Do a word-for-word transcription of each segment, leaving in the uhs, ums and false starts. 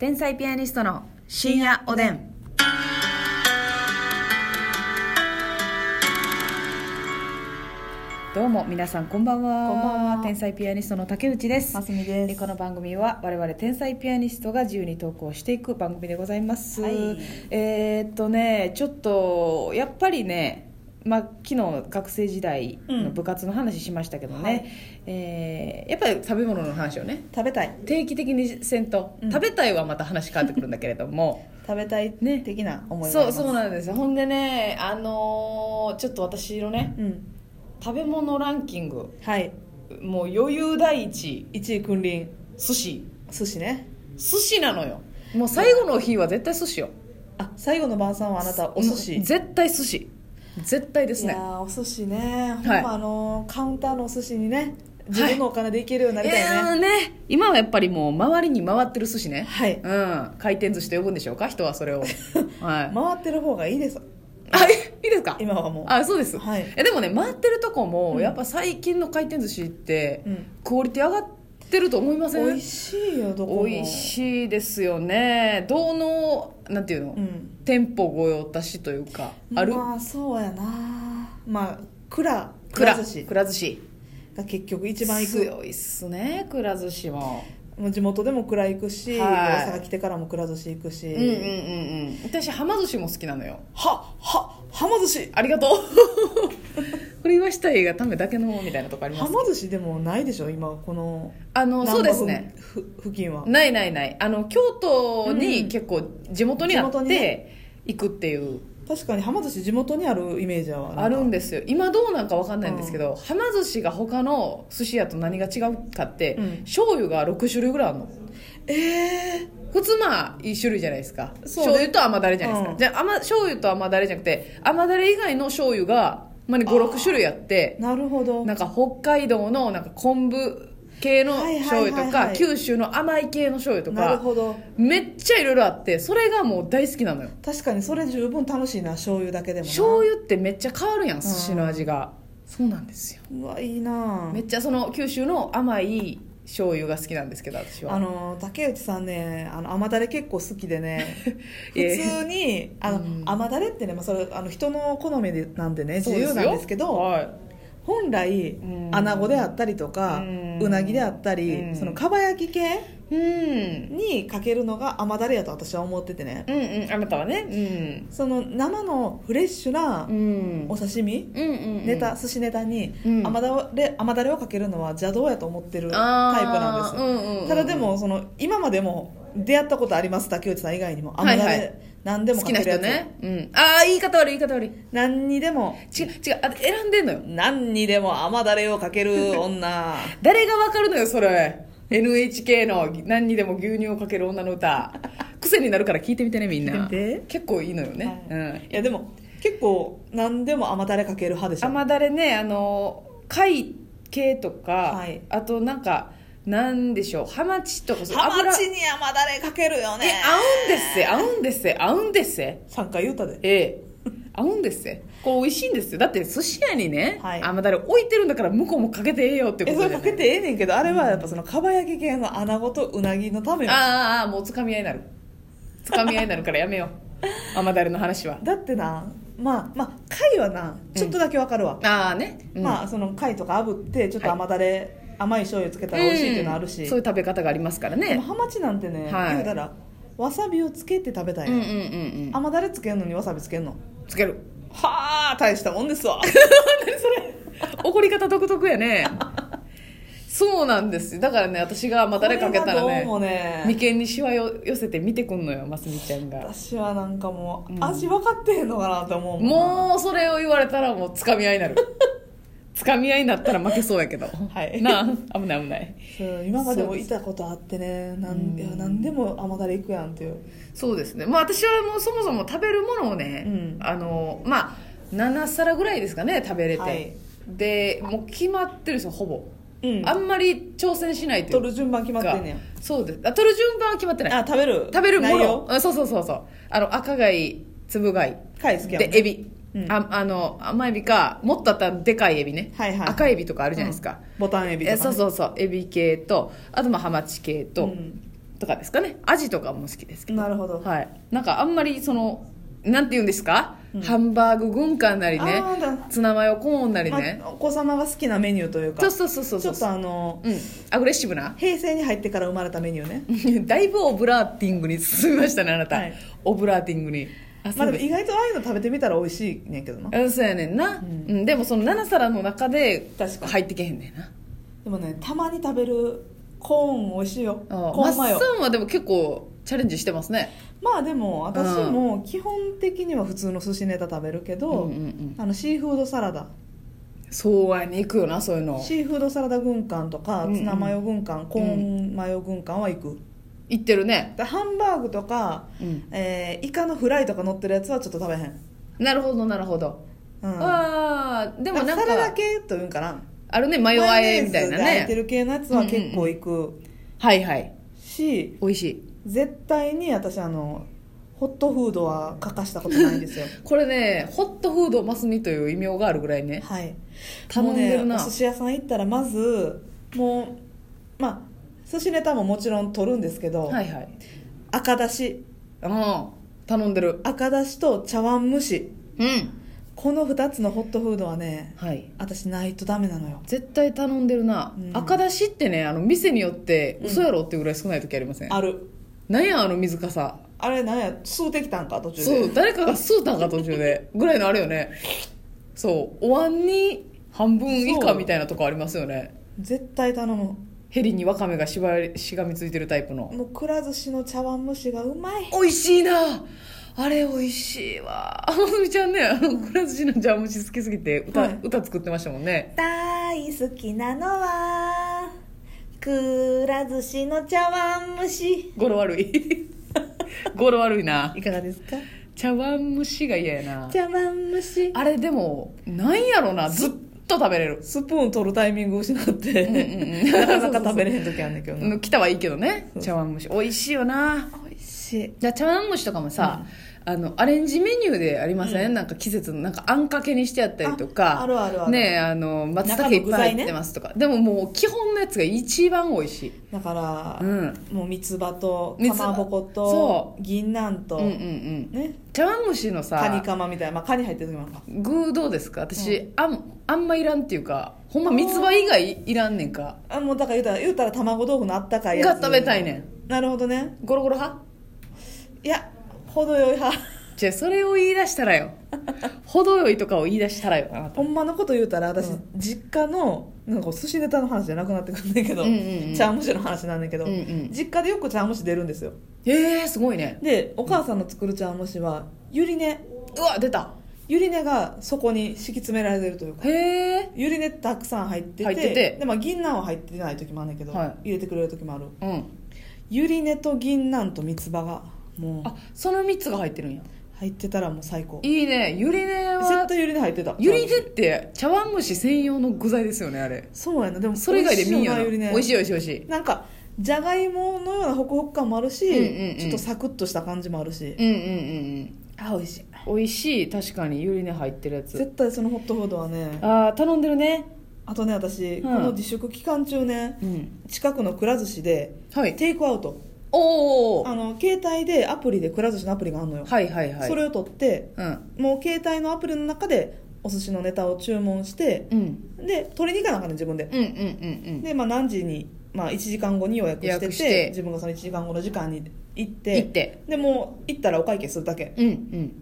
天才ピアニストの深夜おでん。どうも皆さんこんばんは。 こんばんは。 天才ピアニストの竹内です。 ますみです。 この番組は我々天才ピアニストが自由に投稿していく番組でございます、 はい、 えー、っとねちょっとやっぱりねまあ、昨日学生時代の部活の話しましたけどね、うんはいえー、やっぱり食べ物の話をね食べたい定期的にせんと、うん、食べたいはまた話変わってくるんだけれども食べたい的な思いがあります。そうそうなんですよ。ほんでね、あのー、ちょっと私のね、うん、食べ物ランキング、はい、もう余裕第一いちい君臨寿司寿司ね寿司なのよ。もう最後の日は絶対寿司よ。 あ最後の晩餐はあなたお寿司絶対寿司絶対ですね。 いやお寿司ね、ほんまあのカウンターのお寿司にね自分のお金で行けるようになりたいね、 はい、ね今はやっぱりもう周りに回ってる寿司ね、 はいうん、回転寿司と呼ぶんでしょうか人はそれを、はい、 回ってる方がいいです。 あいいですか今はもうあそうです、 はい、 えでもね回ってるとこも、うん、やっぱ最近の回転寿司って、うん、クオリティ上がってると思いません？ 美味しいよどこも美味しいですよね。どのなんていうの、うん、店舗御用達というかある。 まあそうやな。まあくらくら寿司くら寿司が結局一番行く。 強いっすねくら寿司も。 もう地元でもくら行くし、はい、大阪来てからもくら寿司行くし、 うんうんうんうん、私はま寿司も好きなのよ。 はははま寿司ありがとうこれ言わしたいがためだけのみたいなとこあります。 はま寿司でもないでしょ今このあのそうですね付近はないないない。あの京都に結構地元にあって行くっていう、うん確かにはま寿司地元にあるイメージはあるんですよ。今どうなんか分かんないんですけど、はま寿司が他の寿司屋と何が違うかって、うん、醤油がろく種類ぐらいあるの。 えー、 普通まあいち種類じゃないですか、ね、醤油と甘だれじゃないですか、うん、じゃあ甘醤油と甘だれじゃなくて甘だれ以外の醤油が、まあ、ごろく種類あって、 なるほど。 なんか北海道のなんか昆布系の醤油とか、はいはいはいはい、九州の甘い系の醤油とか、 なるほどめっちゃいろいろあってそれがもう大好きなのよ。 確かにそれ十分楽しいな醤油だけでもな。 醤油ってめっちゃ変わるやん寿司の味が、うん、そうなんですよ。 うわいいな。 めっちゃその九州の甘い醤油が好きなんですけど私は。 あの竹内さんねあの甘だれ結構好きでね普通にあの、うん、甘だれってね、まあ、それあの人の好みでなんでね自由なんですけど、はい、本来、うん、穴子であったりとか、うん、うなぎであったり、うん、そのかば焼き系、うん、にかけるのが甘だれやと私は思っててね、 うんうん、あなたはね、 うん、その生のフレッシュなお刺身、うんうんうん、ネタ寿司ネタに甘だれ、甘だれをかけるのは邪道やと思ってるタイプなんです、うんうんうん、ただでもその今までも出会ったことあります。竹内さん以外にも甘だれ、はいはい、何でもかけるやつ。 好きな人ね、うん、ああ言い方悪い言い方悪い。 何にでも違う違うあ選んでんのよ。 何にでも甘だれをかける女誰がわかるのよそれ。エヌエイチケー の何にでも牛乳をかける女の歌癖になるから聞いてみてねみんな。結構いいのよね、はいうん、 いやでも結構何でも甘だれかける派でしょ。 甘だれねあの貝系とか、はい、あとなんかなんでしょうハマチとかハマチに甘だれかけるよね。 合うんですせ合うんですせ合うんですせさんかい言うたで。 ええ合うんですせこう美味しいんですよ。だって寿司屋にね、はい、甘だれ置いてるんだから向こうもかけてええよってことで、ね、 えそれかけてええねんけどあれはやっぱそのかば焼き系の穴子とうなぎのためよ。 ああもうつかみ合いになるつかみ合いになるからやめよう甘だれの話は。 だってなまあまあ貝はなちょっとだけわかるわ、 うん、ああね、 うん、まあその貝とか炙ってちょっと甘だれ、はい甘い醤油つけたら美味しいっていうのあるし、 うん、そういう食べ方がありますからね。 でもハマチなんてね、はい、言うたらわさびをつけて食べたい、ねうんうんうんうん、甘だれつけるのにわさびつけるのつける。 はあ大したもんですわ何それ怒り方独特やねそうなんですよ。だからね私が甘だれかけたら ね, ね眉間にシワを寄せて見てくんのよますみちゃんが。 私はなんかもう、うん、味分かってへんのかなと思うもん。 もうそれを言われたらもうつかみ合いになるつかみ合いになったら負けそうやけど、はい、なあ危ない危ない。 そう今までもいたことあってねなん、いや何でも甘だれいくやんっていう。 そうですね、まあ、私はもうそもそも食べるものをね、うん、あのまあなな皿ぐらいですかね食べれて、はい、でもう決まってるんですよほぼ、うん、あんまり挑戦しないというか取る順番決まってんねん。 そうです。あ取る順番は決まってない。 あ食べる食べるものあそうそうそうそうあの赤貝つぶ貝貝好きやもんねでエビうん、ああの甘エビかもっとあったらでかいエビね、はいはい、赤エビとかあるじゃないですか、 うん、ボタンエビとか、ね、 そうそうそうエビ系とあとまあハマチ系と、うん、っとかですかね。アジとかも好きですけど。 なるほど。 はい。なんかあんまりそのなんて言うんですか、うん、ハンバーグ軍艦なりね、ツナマヨコーンなりね、 まあ、お子様が好きなメニューというか、 そうそうそうそう、 ちょっとあの、 うん、アグレッシブな平成に入ってから生まれたメニューねだいぶオブラーティングに進みましたねあなた、はい、オブラーティングに。 あ、まあ、でも意外とああいうの食べてみたら美味しいねんけどな。 そうやねんな、うんうん、でもそのなな皿の中で入ってけへんねんな。 でもね、たまに食べるコーン美味しいよ。 ああ、コーンマヨ。マッサンはでも結構チャレンジしてますね。 まあでも私も基本的には普通の寿司ネタ食べるけど、うんうんうん、あのシーフードサラダ、 そうやね、行くよなそういうの。 シーフードサラダ軍艦とか、うんうん、ツナマヨ軍艦、コーンマヨ軍艦は行く。 行ってるね。 ハンバーグとか、うん、えー、イカのフライとか乗ってるやつはちょっと食べへん。 なるほどなるほど、うん、ああでもなんかサラダ系というんかな、 あるね、マヨあえみたいなね、 焼いてる系のやつは結構行く、うんうんうん、 はいはいし、 美味しい。 絶対に私あのホットフードは欠かしたことないんですよこれね、ホットフードマスミという異名があるぐらいね、 はい、 頼んでるな。 もうね、お寿司屋さん行ったらまずもうまあ寿司ネタももちろん取るんですけど、 はいはい、 赤だし、 うん、頼んでる。 赤だしと茶碗蒸し、 うん、 このふたつのホットフードはね、 はい、 私ないとダメなのよ。 絶対頼んでるな、うん、赤だしってね、あの店によって嘘やろっていうぐらい少ない時ありません、 うん、ある。 なんやあの水かさ、 あれなんや、吸うてきたんか途中で。 そう、誰かが吸うたんか途中でぐらいのあるよね。そう、お椀に半分以下みたいなとこありますよね。 絶対頼む。 ヘリにワカメがしばりしがみついてるタイプの。 もうくら寿司の茶碗蒸しがうまい。 美味しいなあれ、美味しいわ。あのみちゃんね、あのくら寿司の茶碗蒸し好きすぎて歌、はい、歌作ってましたもんね。 大好きなのはくら寿司の茶碗蒸し。 語呂悪い語呂悪いな。 いかがですか。 茶碗蒸しが嫌やな。 茶碗蒸し、 あれでもなんやろな、ずっと食べれる。 スプーン取るタイミング失って、うんうんうん、なかなか食べれへん時あるんだけどな。 来たはいいけどね。茶碗蒸し美味しいよな。 美味しい。 じゃあ茶碗蒸しとかもさ、うん、あのアレンジメニューでありません、うん、なんか季節のなんかあんかけにしてあったりとか、 あ、あるあるあるね、あの松茸いっぱい入ってますとか、ね、でももう基本のやつが一番美味しい。 だから、うん、もう三つ葉とかまぼこと銀杏と、うんうんうん、ね、 茶碗蒸しのさ、 カニカマみたいな、まあ、カニ入ってる時もあるか。 具どうですか。私、うん、あ, んあんまいらんっていうか、ほんま三つ葉以外いらんねんか。 あ、もうだから言うたら、言うたら卵豆腐のあったかいやつが食べたいねん。 なるほどね。 ゴロゴロ派。 いや、程よい派。 じゃあそれを言い出したらよ程よいとかを言い出したらよ。 ほんまのこと言うたら私、うん、実家のなんか寿司ネタの話じゃなくなってくるんだけど、うんうんうん、茶碗蒸しの話なんだけど、うんうん、実家でよく茶碗蒸し出るんですよ。 へえ、すごいね。 でお母さんの作る茶碗蒸しはゆり根、 うわ出た、 ゆり根がそこに敷き詰められてるというか、 へえ、 ゆり根たくさん入ってて、 入ってて、 で、まあ、銀杏は入ってない時もあるんだけど、はい、入れてくれる時もある、 うん、 ゆり根と銀杏と三つ葉がもう、 あ、そのみっつが入ってるんや。 入ってたらもう最高。 いいね。ゆり根は絶対ゆり根入ってた。 ゆり根って茶碗蒸し専用の具材ですよね、あれ。 そうやな。でもそれ以外で見んよな。美味しい美味しい美味しい。 なんかじゃがいものようなホクホク感もあるし、うんうんうん、ちょっとサクッとした感じもあるし、 うんうんうんうん、 あ、美味しい美味しい。確かにゆり根入ってるやつ絶対そのホットフードはね、 あ、頼んでるね。 あとね、私、うん、この自粛期間中ね、うん、近くのくら寿司で、はい、テイクアウト、 おあの携帯でアプリでくら寿司のアプリがあるのよ、 はいはいはい、 それを取って、うん、もう携帯のアプリの中でお寿司のネタを注文して、うん、で取りに行かなあかんね、自分で、 うんうんうんうん、 で、まあ、何時に、まあ、いちじかんごに予約してて、して自分がそのいちじかんごの時間に行って行ってでもう行ったらお会計するだけ、 うんうん、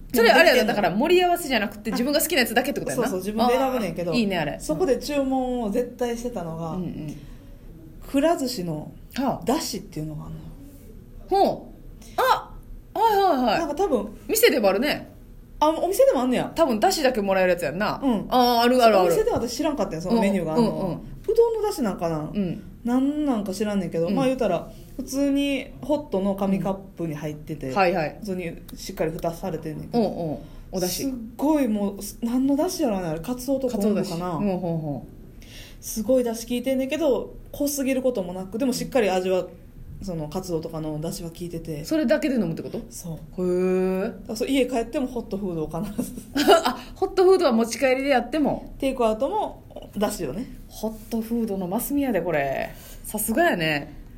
それあれやだから盛り合わせじゃなくて自分が好きなやつだけってことやな。 そうそう、自分で選ぶねんけど、 いいねあれ。 そこで注文を絶対してたのが、うんうん、くら寿司のだしっていうのがあるの。 ほう、あ、はいはいはい、 なんか多分店でもあるね。 あ、お店でもあんねや。 多分だしだけもらえるやつやんな。 うん、 あ、あるあるある。 お店では私知らんかったよ、そのメニューがあるの、うんうんうん、うどんのだしなんかな、うん、なんなんか知らんねんけど、うん、まあ言うたら普通にホットの紙カップに入ってて、うん、はいはい、普通にしっかり蓋されてんねんけど、 うんうん、おだしすっごい、もう何のだしやろうね、あれカツオと昆布かな、うん、ほうほう、すごいだし効いてんねんけど濃すぎることもなく、でもしっかり味はそのカツオとかのだしは効いてて、 それだけで飲むってこと？ そう。 へえ。 そう、家帰ってもホットフードを必ずあ、ホットフードは持ち帰りでやっても、 テイクアウトもだしよね。 ホットフードのマスミヤでこれさすがやね。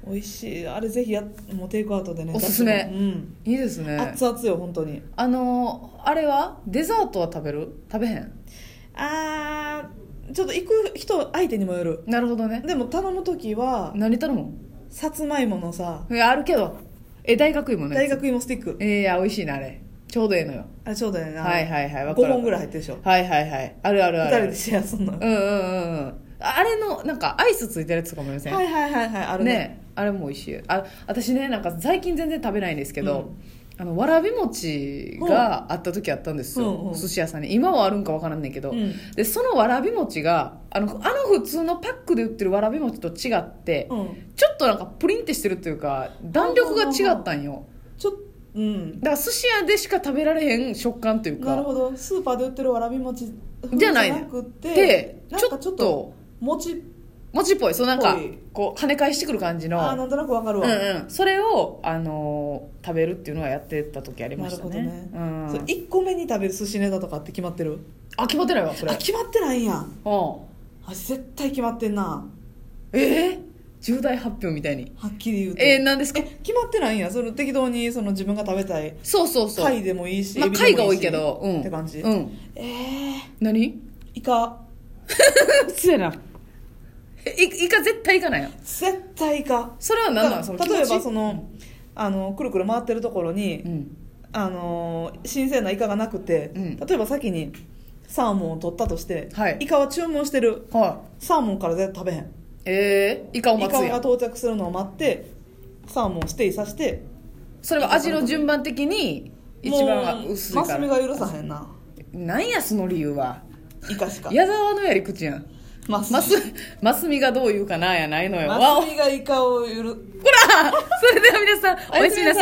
美味しい。あれぜひやもうテイクアウトでね、 おすすめ、 うん、 いいですね。 熱々よ本当に。 あのあれはデザートは食べる？食べへん？ あーちょっと行く人相手にもよる。 なるほどね。 でも頼む時は何頼む？ さつまいものさ、 いやあるけど、え大学芋ね。 大学芋スティック。 えー、いや美味しいなあれ。ちょうどええのよ。 あちょうどええな。 はいはいはい。 ごほんぐらい入ってるでしょ。 はいはいはい。あるあるある。 ふたりでシェアすんのよ。 うんうんうんうん。あれのなんかアイスついてるやつとかもありません？ はいはいはいはいあるね。 ね、あれも美味しい。あ私ねなんか最近全然食べないんですけど、うんあのわらび餅があった時あったんですよ、うんうん、寿司屋さんに。今はあるんかわからんねんけど、うん、でそのわらび餅があのあの普通のパックで売ってるわらび餅と違って、うん、ちょっとなんかプリンってしてるっていうか弾力が違ったんよ。 ちょっうん、 だから寿司屋でしか食べられへん食感というか。 なるほど。スーパーで売ってるわらび餅じゃないねくてでなんかちょっと餅餅っぽい、そうなんかこう跳ね返してくる感じの。 あなんとなくわかるわ、 うんうん、それを、あのー、食べるっていうのはやってた時ありましたね。 なるほどね、 うん、 それいっこめに食べる寿司ネタとかって決まってる？ あ決まってないわそれ。 あ決まってないんや。 うんあ絶対決まってんな。 えー、重大発表みたいにはっきり言うと。 えー、何ですか？ え決まってないんや。その適当にその自分が食べたいそうそうそう貝でもいいし、 まあ、 エビでもいいし貝が多いけど、うん、 って感じ、 うん、 えー、 何？ イカそうやな。いイカ絶対イカなんや。 絶対イカ。 それは何なん？その気持ち？ 例えばそのあのくるくる回ってるところに、うん、あの新鮮なイカがなくて、うん、例えば先にサーモンを取ったとして、はい、イカは注文してる、はい、サーモンから絶対食べへん。 えー、イカを待つやん。 イカが到着するのを待ってサーモンをステイさせて。 それは味の順番的に一番薄いから。 マスミが許さへんな。 なんやその理由は。 イカしか。 矢沢のやり口やん。マス, マ, スマスミがどう言うかなやないのよ。 マスミがイカを許。ほらそれでは皆さんおやすみなさい。